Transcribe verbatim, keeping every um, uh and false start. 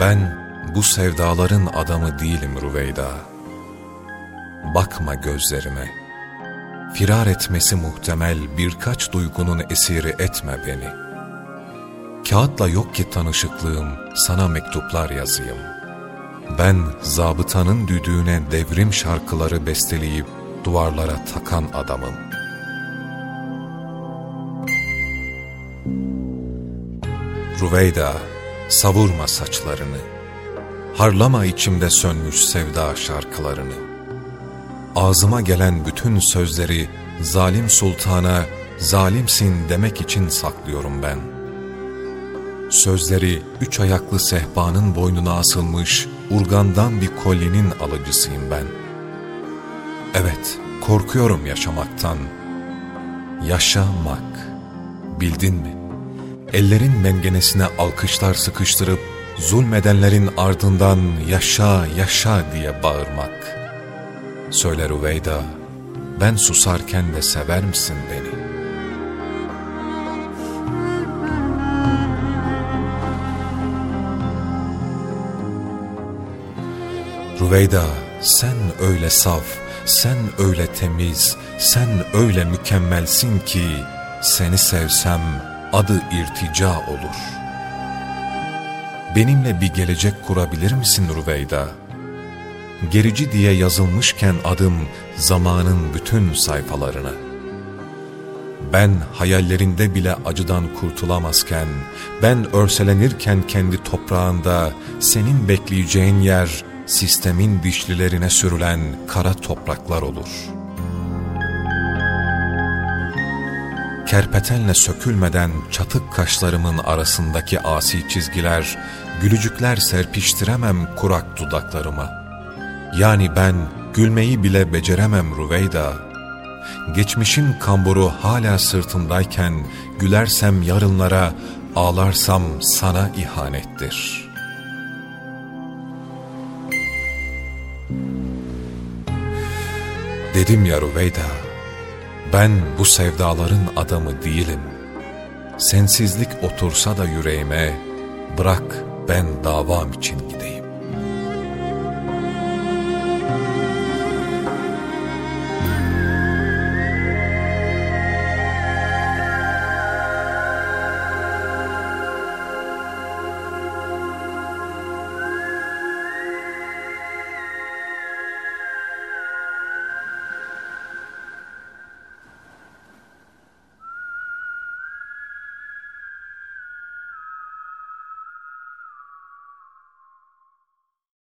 Ben bu sevdaların adamı değilim Rüveyda. Bakma gözlerime. Firar etmesi muhtemel birkaç duygunun esiri etme beni. Kağıtla yok ki tanışıklığım, sana mektuplar yazayım. Ben zabıtanın düdüğüne devrim şarkıları besteleyip duvarlara takan adamım. Rüveyda, savurma saçlarını, harlama içimde sönmüş sevda şarkılarını. Ağzıma gelen bütün sözleri zalim sultana zalimsin demek için saklıyorum ben. Sözleri üç ayaklı sehpanın boynuna asılmış urgandan bir kolyenin alıcısıyım ben. Evet, korkuyorum yaşamaktan. Yaşamak, bildin mi? Ellerin mengenesine alkışlar sıkıştırıp zulmedenlerin ardından yaşa yaşa diye bağırmak. Söyle Rüveyda, ben susarken de sever misin beni? Rüveyda, sen öyle saf, sen öyle temiz, sen öyle mükemmelsin ki seni sevsem adı irtica olur. Benimle bir gelecek kurabilir misin Rüveyda? Gerici diye yazılmışken adım zamanın bütün sayfalarına. Ben hayallerinde bile acıdan kurtulamazken, ben örselenirken kendi toprağında, senin bekleyeceğin yer sistemin dişlilerine sürülen kara topraklar olur. Kerpetenle sökülmeden çatık kaşlarımın arasındaki asi çizgiler, gülücükler serpiştiremem kurak dudaklarıma. Yani ben gülmeyi bile beceremem Rüveyda. Geçmişin kamburu hala sırtımdayken gülersem yarınlara, ağlarsam sana ihanettir. Dedim ya Rüveyda, ben bu sevdaların adamı değilim. Sensizlik otursa da yüreğime, bırak ben davam için gideyim.